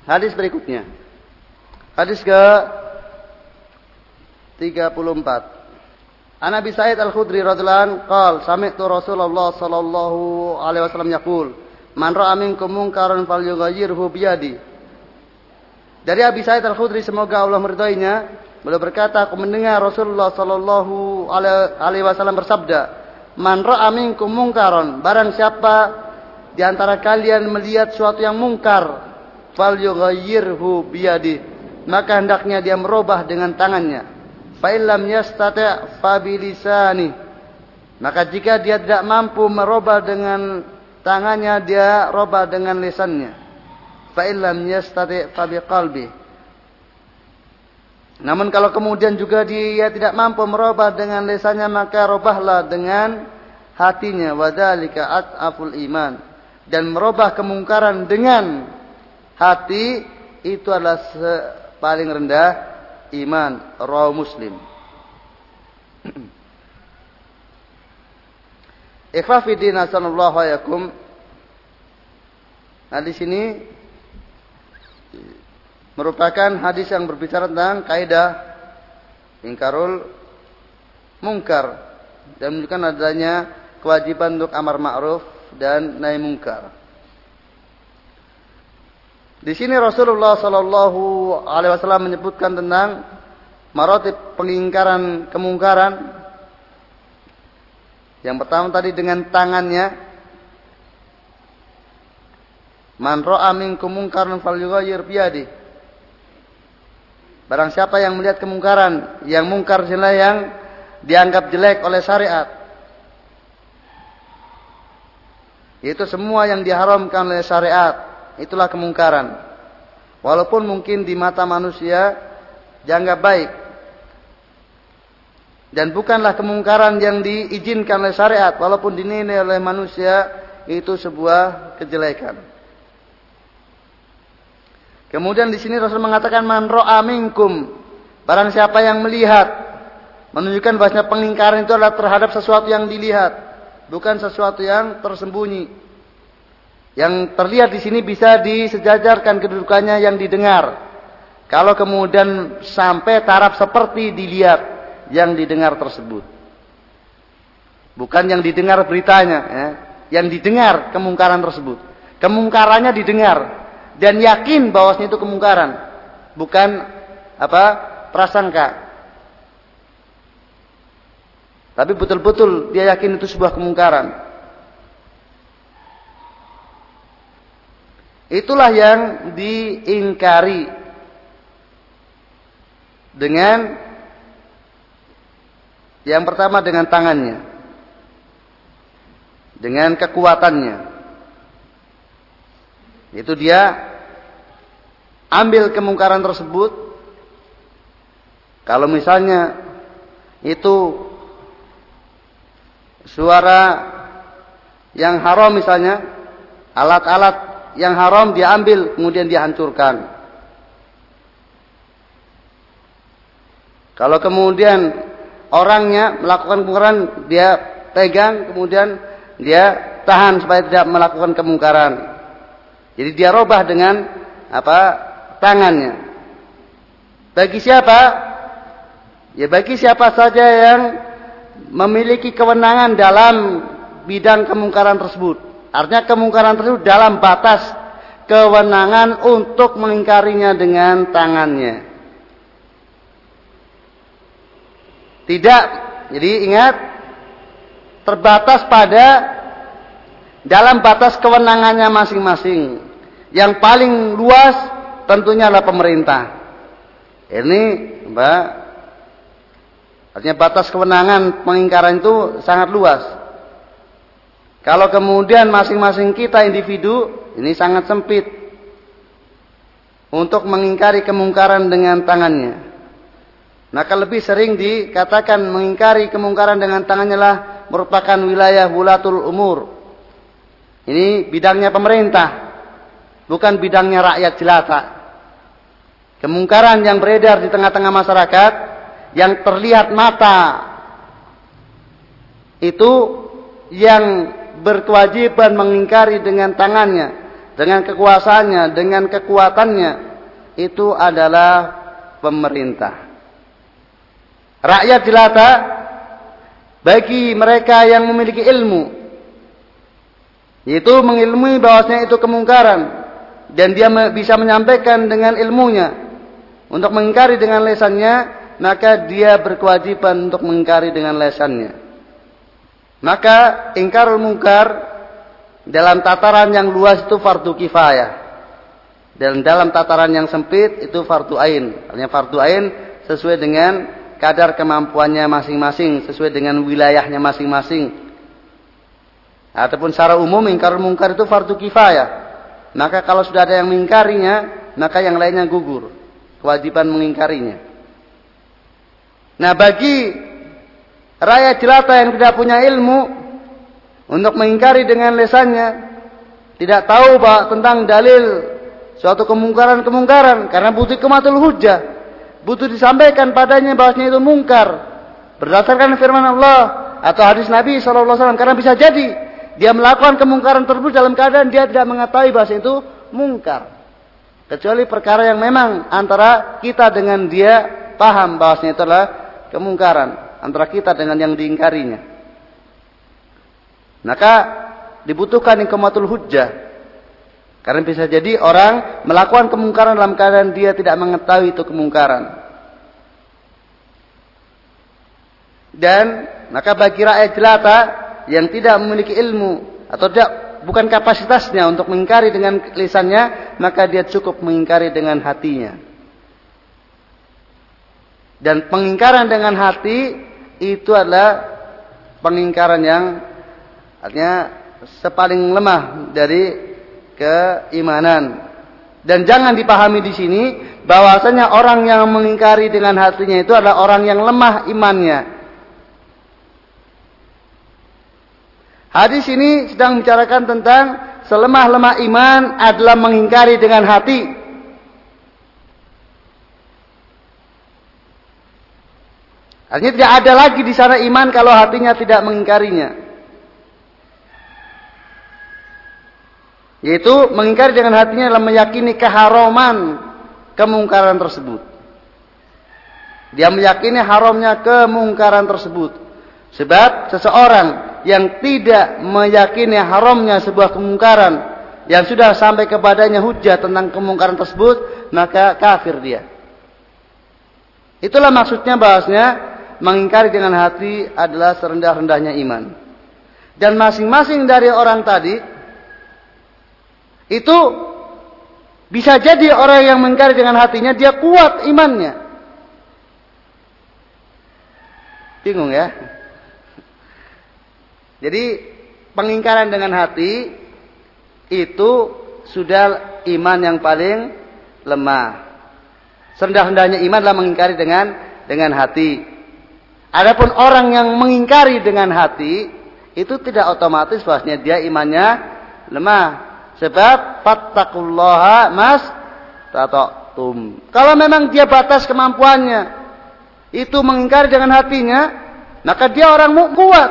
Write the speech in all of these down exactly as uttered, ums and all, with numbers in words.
Hadis berikutnya. Hadis ke tiga puluh empat. An Abi Sa'id Al-Khudri radhiyallahu anhu qala sami'tu Rasulullah sallallahu alaihi wasallam yaqul man ra'a minkum munkaran falyughayyirhu biyadi. Dari Abi Sa'id Al-Khudri, semoga Allah meridainya, beliau berkata, aku mendengar Rasulullah sallallahu alaihi wasallam bersabda, man ra'a minkum munkaran, barang siapa di antara kalian melihat suatu yang mungkar, falyughayyirhu biyadi, maka hendaknya dia merubah dengan tangannya. Fa illam yastati' fa bilisani, maka jika dia tidak mampu merubah dengan tangannya, dia rubah dengan lisannya. Fa illam yastati' fa biqalbi, namun kalau kemudian juga dia tidak mampu merubah dengan lisannya, maka rubahlah dengan hatinya. Wa dzalika at'aful iman, dan merubah kemungkaran dengan hati itu adalah paling rendah iman. Rawahu Muslim. Ikhwa fi din sallallahu alaikum. Nah, di sini merupakan hadis yang berbicara tentang kaidah ingkarul mungkar dan menunjukkan adanya kewajiban untuk amar ma'ruf dan nahi mungkar. Di sini Rasulullah sallallahu alaihi wasallam menyebutkan tentang maratib pengingkaran kemungkaran. Yang pertama tadi dengan tangannya. Man ra'a minkum munkaran falyughayyir biyadi. Barang siapa yang melihat kemungkaran, yang mungkar adalah yang dianggap jelek oleh syariat, itu semua yang diharamkan oleh syariat, itulah kemungkaran. Walaupun mungkin di mata manusia dianggap baik, dan bukanlah kemungkaran yang diizinkan oleh syariat, walaupun dinilai oleh manusia itu sebuah kejelekan. Kemudian di sini Rasul mengatakan man ra'a minkum, barang siapa yang melihat, menunjukkan bahwasanya pengingkaran itu adalah terhadap sesuatu yang dilihat, bukan sesuatu yang tersembunyi. Yang terlihat di sini bisa disejajarkan kedudukannya yang didengar. Kalau kemudian sampai taraf seperti dilihat yang didengar tersebut, bukan yang didengar beritanya, ya. Yang didengar kemungkaran tersebut, kemungkarannya didengar dan yakin bahwasanya itu kemungkaran, bukan apa prasangka, tapi betul-betul dia yakin itu sebuah kemungkaran. Itulah yang diingkari dengan yang pertama dengan tangannya, dengan kekuatannya. Itu dia ambil kemungkaran tersebut. Kalau misalnya itu suara yang haram misalnya, alat-alat yang haram dia ambil kemudian dia hancurkan. Kalau kemudian orangnya melakukan kemungkaran, dia pegang kemudian dia tahan supaya tidak melakukan kemungkaran. Jadi dia robah dengan apa? Tangannya. Bagi siapa? Ya bagi siapa saja yang memiliki kewenangan dalam bidang kemungkaran tersebut. Artinya kemungkaran tersebut dalam batas kewenangan untuk mengingkarinya dengan tangannya. Tidak, jadi ingat, terbatas pada dalam batas kewenangannya masing-masing. Yang paling luas tentunya adalah pemerintah. Ini, Mbak, artinya batas kewenangan pengingkaran itu sangat luas. Kalau kemudian masing-masing kita individu, ini sangat sempit untuk mengingkari kemungkaran dengan tangannya. Maka lebih sering dikatakan mengingkari kemungkaran dengan tangannya lah merupakan wilayah wulatul umur. Ini bidangnya pemerintah, bukan bidangnya rakyat jelata. Kemungkaran yang beredar di tengah-tengah masyarakat, yang terlihat mata, itu yang berkewajiban mengingkari dengan tangannya. dengan kekuasaannya, dengan kekuatannya, itu adalah pemerintah. Rakyat jelata bagi mereka yang memiliki ilmu, yaitu mengilmui bahwasanya itu kemungkaran, dan dia bisa menyampaikan dengan ilmunya untuk mengingkari dengan lisannya, maka dia berkewajiban untuk mengingkari dengan lisannya. Maka ingkarul mungkar dalam tataran yang luas itu fardu kifayah, dan dalam tataran yang sempit itu fardu ain. Artinya fardu ain sesuai dengan kadar kemampuannya masing-masing, sesuai dengan wilayahnya masing-masing. Ataupun secara umum ingkarul mungkar itu fardu kifayah. Maka kalau sudah ada yang mengingkarinya, maka yang lainnya gugur kewajiban mengingkarinya. Nah, bagi rakyat jelata yang tidak punya ilmu untuk mengingkari dengan lisannya, tidak tahu bahwa tentang dalil suatu kemungkaran-kemungkaran, karena butuh iqamatul hujjah, butuh disampaikan padanya bahwasanya itu mungkar berdasarkan firman Allah atau hadis Nabi shallallahu alaihi wasallam. Karena bisa jadi dia melakukan kemungkaran tersebut dalam keadaan dia tidak mengetahui bahwa itu mungkar, kecuali perkara yang memang antara kita dengan dia paham bahwasanya itu adalah kemungkaran, antara kita dengan yang diingkarinya. Maka dibutuhkan iqamatul hujjah, karena bisa jadi orang melakukan kemungkaran dalam keadaan dia tidak mengetahui itu kemungkaran. Dan maka bagi rakyat jelata yang tidak memiliki ilmu atau tidak, bukan kapasitasnya untuk mengingkari dengan lisannya, maka dia cukup mengingkari dengan hatinya. Dan pengingkaran dengan hati itu adalah pengingkaran yang artinya sepaling lemah dari keimanan. Dan jangan dipahami di sini bahwasanya orang yang mengingkari dengan hatinya itu adalah orang yang lemah imannya. Hadis ini sedang membicarakan tentang selemah-lemah iman adalah mengingkari dengan hati. Artinya tidak ada lagi di sana iman kalau hatinya tidak mengingkarinya. Yaitu mengingkari dengan hatinya adalah meyakini keharaman kemungkaran tersebut. Dia meyakini haramnya kemungkaran tersebut. Sebab seseorang yang tidak meyakini haramnya sebuah kemungkaran yang sudah sampai kepadanya hujah tentang kemungkaran tersebut, maka kafir dia. Itulah maksudnya bahasnya mengingkari dengan hati adalah serendah-rendahnya iman. Dan masing-masing dari orang tadi itu bisa jadi orang yang mengingkari dengan hatinya dia kuat imannya. Bingung ya? Jadi pengingkaran dengan hati itu sudah iman yang paling lemah. Serendah-rendahnya iman adalah mengingkari dengan dengan hati. Adapun orang yang mengingkari dengan hati itu tidak otomatis bahwasanya dia imannya lemah. Sebab fattaqullaha mas tata'tum. Kalau memang dia batas kemampuannya itu mengingkari dengan hatinya, maka dia orang kuat.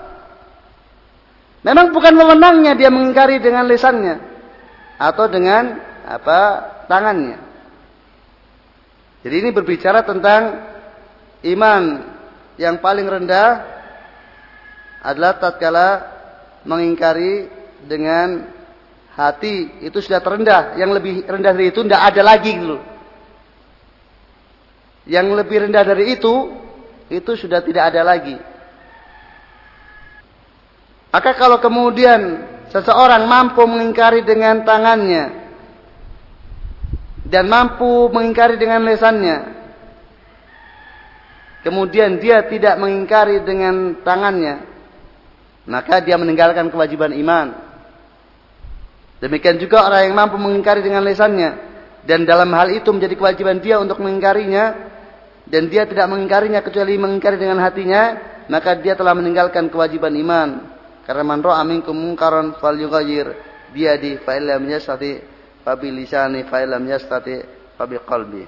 Memang bukan wewenangnya dia mengingkari dengan lisannya atau dengan apa tangannya. Jadi ini berbicara tentang iman yang paling rendah adalah tatkala mengingkari dengan hati, itu sudah terendah. Yang lebih rendah dari itu tidak ada lagi gitu. Yang lebih rendah dari itu itu sudah tidak ada lagi. Maka kalau kemudian seseorang mampu mengingkari dengan tangannya dan mampu mengingkari dengan lisannya, kemudian dia tidak mengingkari dengan tangannya, maka dia meninggalkan kewajiban iman. Demikian juga orang yang mampu mengingkari dengan lisannya dan dalam hal itu menjadi kewajiban dia untuk mengingkarinya, dan dia tidak mengingkarinya kecuali mengingkari dengan hatinya, maka dia telah meninggalkan kewajiban iman. Karena man ra'a minkum munkaran falyughayyir biyadihi fa illam yastati fa bi lisani fa illam yastati fa bi qalbi.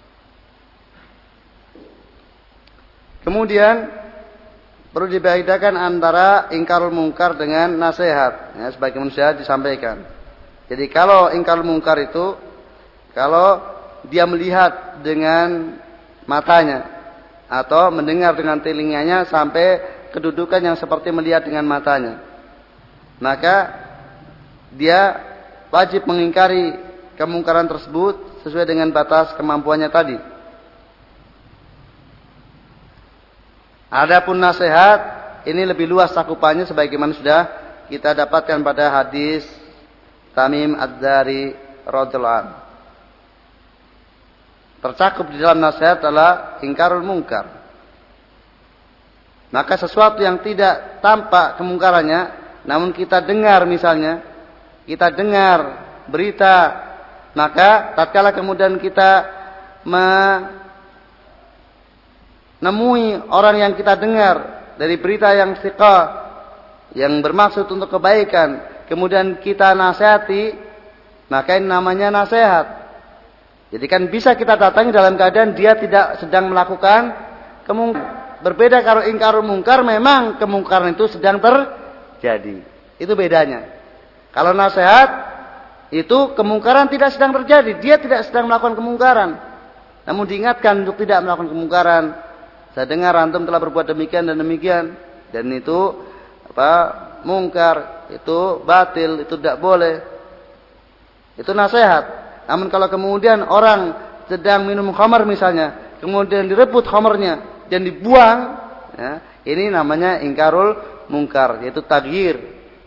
Kemudian perlu dibedakan antara ingkarul munkar dengan nasihat. Ya, sebagai manusia disampaikan. Jadi kalau ingkar mungkar itu, kalau dia melihat dengan matanya atau mendengar dengan telinganya sampai kedudukan yang seperti melihat dengan matanya, maka dia wajib mengingkari kemungkaran tersebut sesuai dengan batas kemampuannya tadi. Adapun nasihat ini lebih luas cakupannya sebagaimana sudah kita dapatkan pada hadis Tamim Ad-Dari radhiyallahu anhu. Tercakup di dalam nasihat adalah ingkarul mungkar. Maka sesuatu yang tidak tampak kemungkarannya, namun kita dengar misalnya, kita dengar berita, maka tatkala kemudian kita menemui orang yang kita dengar dari berita yang thiqah, yang bermaksud untuk kebaikan, kemudian kita nasihati, maka ini namanya nasihat. Jadi kan bisa kita datangi dalam keadaan dia tidak sedang melakukan kemungkaran. Berbeda kalau ingkarul mungkar, memang kemungkaran itu sedang terjadi. Itu bedanya. Kalau nasihat itu kemungkaran tidak sedang terjadi, dia tidak sedang melakukan kemungkaran. Namun diingatkan untuk tidak melakukan kemungkaran. Saya dengar antum telah berbuat demikian dan demikian, dan itu apa? Mungkar, itu batil, itu tidak boleh. Itu nasihat. Namun kalau kemudian orang sedang minum khamar misalnya, kemudian direbut khamarnya dan dibuang, ya, ini namanya ingkarul mungkar, yaitu taghyir,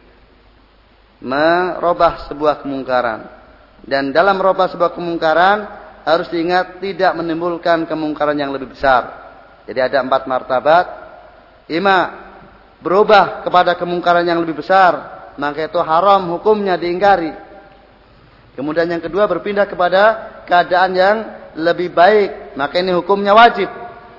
merubah sebuah kemungkaran. Dan dalam merubah sebuah kemungkaran harus diingat tidak menimbulkan kemungkaran yang lebih besar. Jadi ada empat martabat. Ima, berubah kepada kemungkaran yang lebih besar, maka itu haram hukumnya diingkari. Kemudian yang kedua, berpindah kepada keadaan yang lebih baik, maka ini hukumnya wajib.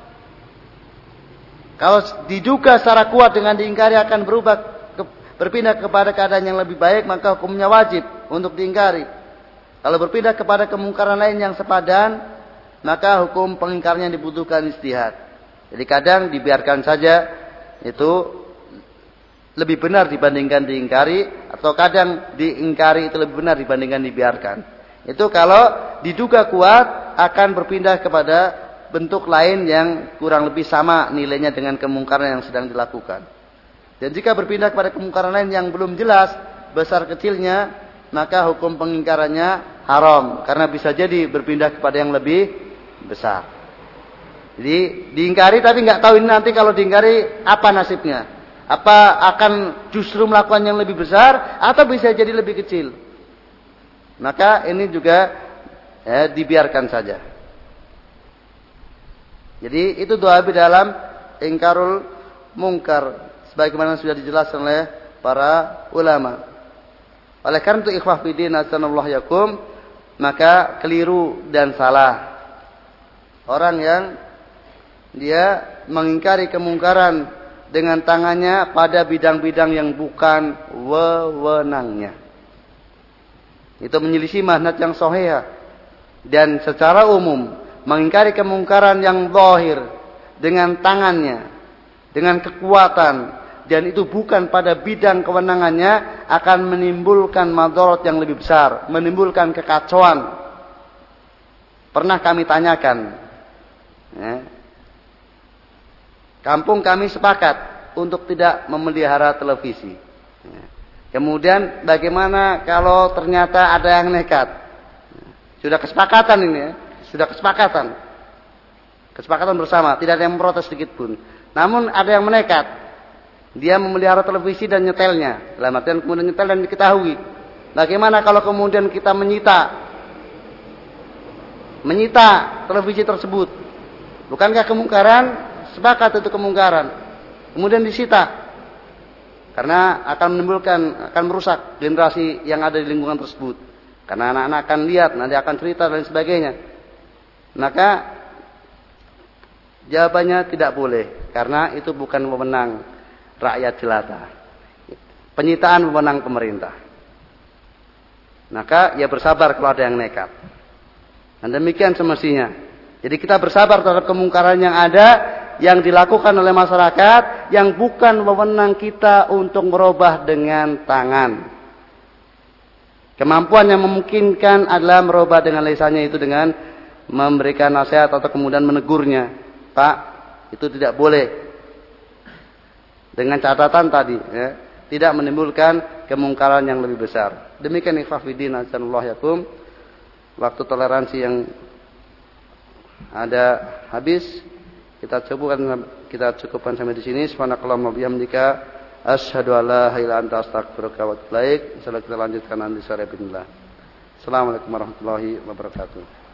Kalau diduga secara kuat dengan diingkari akan berubah ke, berpindah kepada keadaan yang lebih baik, maka hukumnya wajib untuk diingkari. Kalau berpindah kepada kemungkaran lain yang sepadan, maka hukum pengingkarnya dibutuhkan ijtihad. Jadi kadang dibiarkan saja, itu lebih benar dibandingkan diingkari, atau kadang diingkari itu lebih benar dibandingkan dibiarkan. Itu kalau diduga kuat akan berpindah kepada bentuk lain yang kurang lebih sama nilainya dengan kemungkaran yang sedang dilakukan. Dan jika berpindah kepada kemungkaran lain yang belum jelas besar kecilnya, maka hukum pengingkarannya haram, karena bisa jadi berpindah kepada yang lebih besar. Jadi diingkari tapi nggak tahu ini nanti kalau diingkari apa nasibnya. Apa akan justru melakukan yang lebih besar atau bisa jadi lebih kecil. Maka ini juga ya, dibiarkan saja. Jadi itu doa di dalam ingkarul mungkar, sebagaimana sudah dijelaskan oleh para ulama. Oleh karena itu ikhwah fillah nasallallahu yakum, maka keliru dan salah orang yang dia mengingkari kemungkaran dengan tangannya pada bidang-bidang yang bukan wewenangnya. Itu menyelisih manhaj yang sahih. Dan secara umum mengingkari kemungkaran yang zahir dengan tangannya, dengan kekuatan, dan itu bukan pada bidang kewenangannya, akan menimbulkan madarat yang lebih besar, menimbulkan kekacauan. Pernah kami tanyakan, ya, kampung kami sepakat untuk tidak memelihara televisi. Kemudian bagaimana kalau ternyata ada yang nekat? Sudah kesepakatan ini ya. Sudah kesepakatan. Kesepakatan bersama. Tidak ada yang memprotes sedikit pun. Namun ada yang menekat. Dia memelihara televisi dan nyetelnya. Dalam artian kemudian nyetel dan diketahui. Bagaimana kalau kemudian kita menyita. Menyita televisi tersebut. Bukankah kemungkaran? Sepakat itu kemungkaran. Kemudian disita. Karena akan menimbulkan, akan merusak generasi yang ada di lingkungan tersebut. Karena anak-anak akan lihat, nanti akan cerita dan sebagainya. Maka jawabannya tidak boleh. Karena itu bukan wewenang rakyat jelata. Penyitaan wewenang pemerintah. Maka ya bersabar kalau ada yang nekat. Dan demikian semestinya. Jadi kita bersabar terhadap kemungkaran yang ada, yang dilakukan oleh masyarakat, yang bukan wewenang kita untuk merubah dengan tangan. Kemampuan yang memungkinkan adalah merubah dengan lisannya itu dengan memberikan nasihat atau kemudian menegurnya. Pak, itu tidak boleh. Dengan catatan tadi, ya, tidak menimbulkan kemungkaran yang lebih besar. Demikian ikhwah fillah azanallahu yakum. Waktu toleransi yang ada habis. Kita cukupkan kita cukupkan sampai di sini. Subhanakallahumma bihamdika asyhadu an la ilaha illa anta astaghfiruka wa atubu ilaik. Insyaallah kita lanjutkan nanti sore bismillah. Assalamualaikum warahmatullahi wabarakatuh.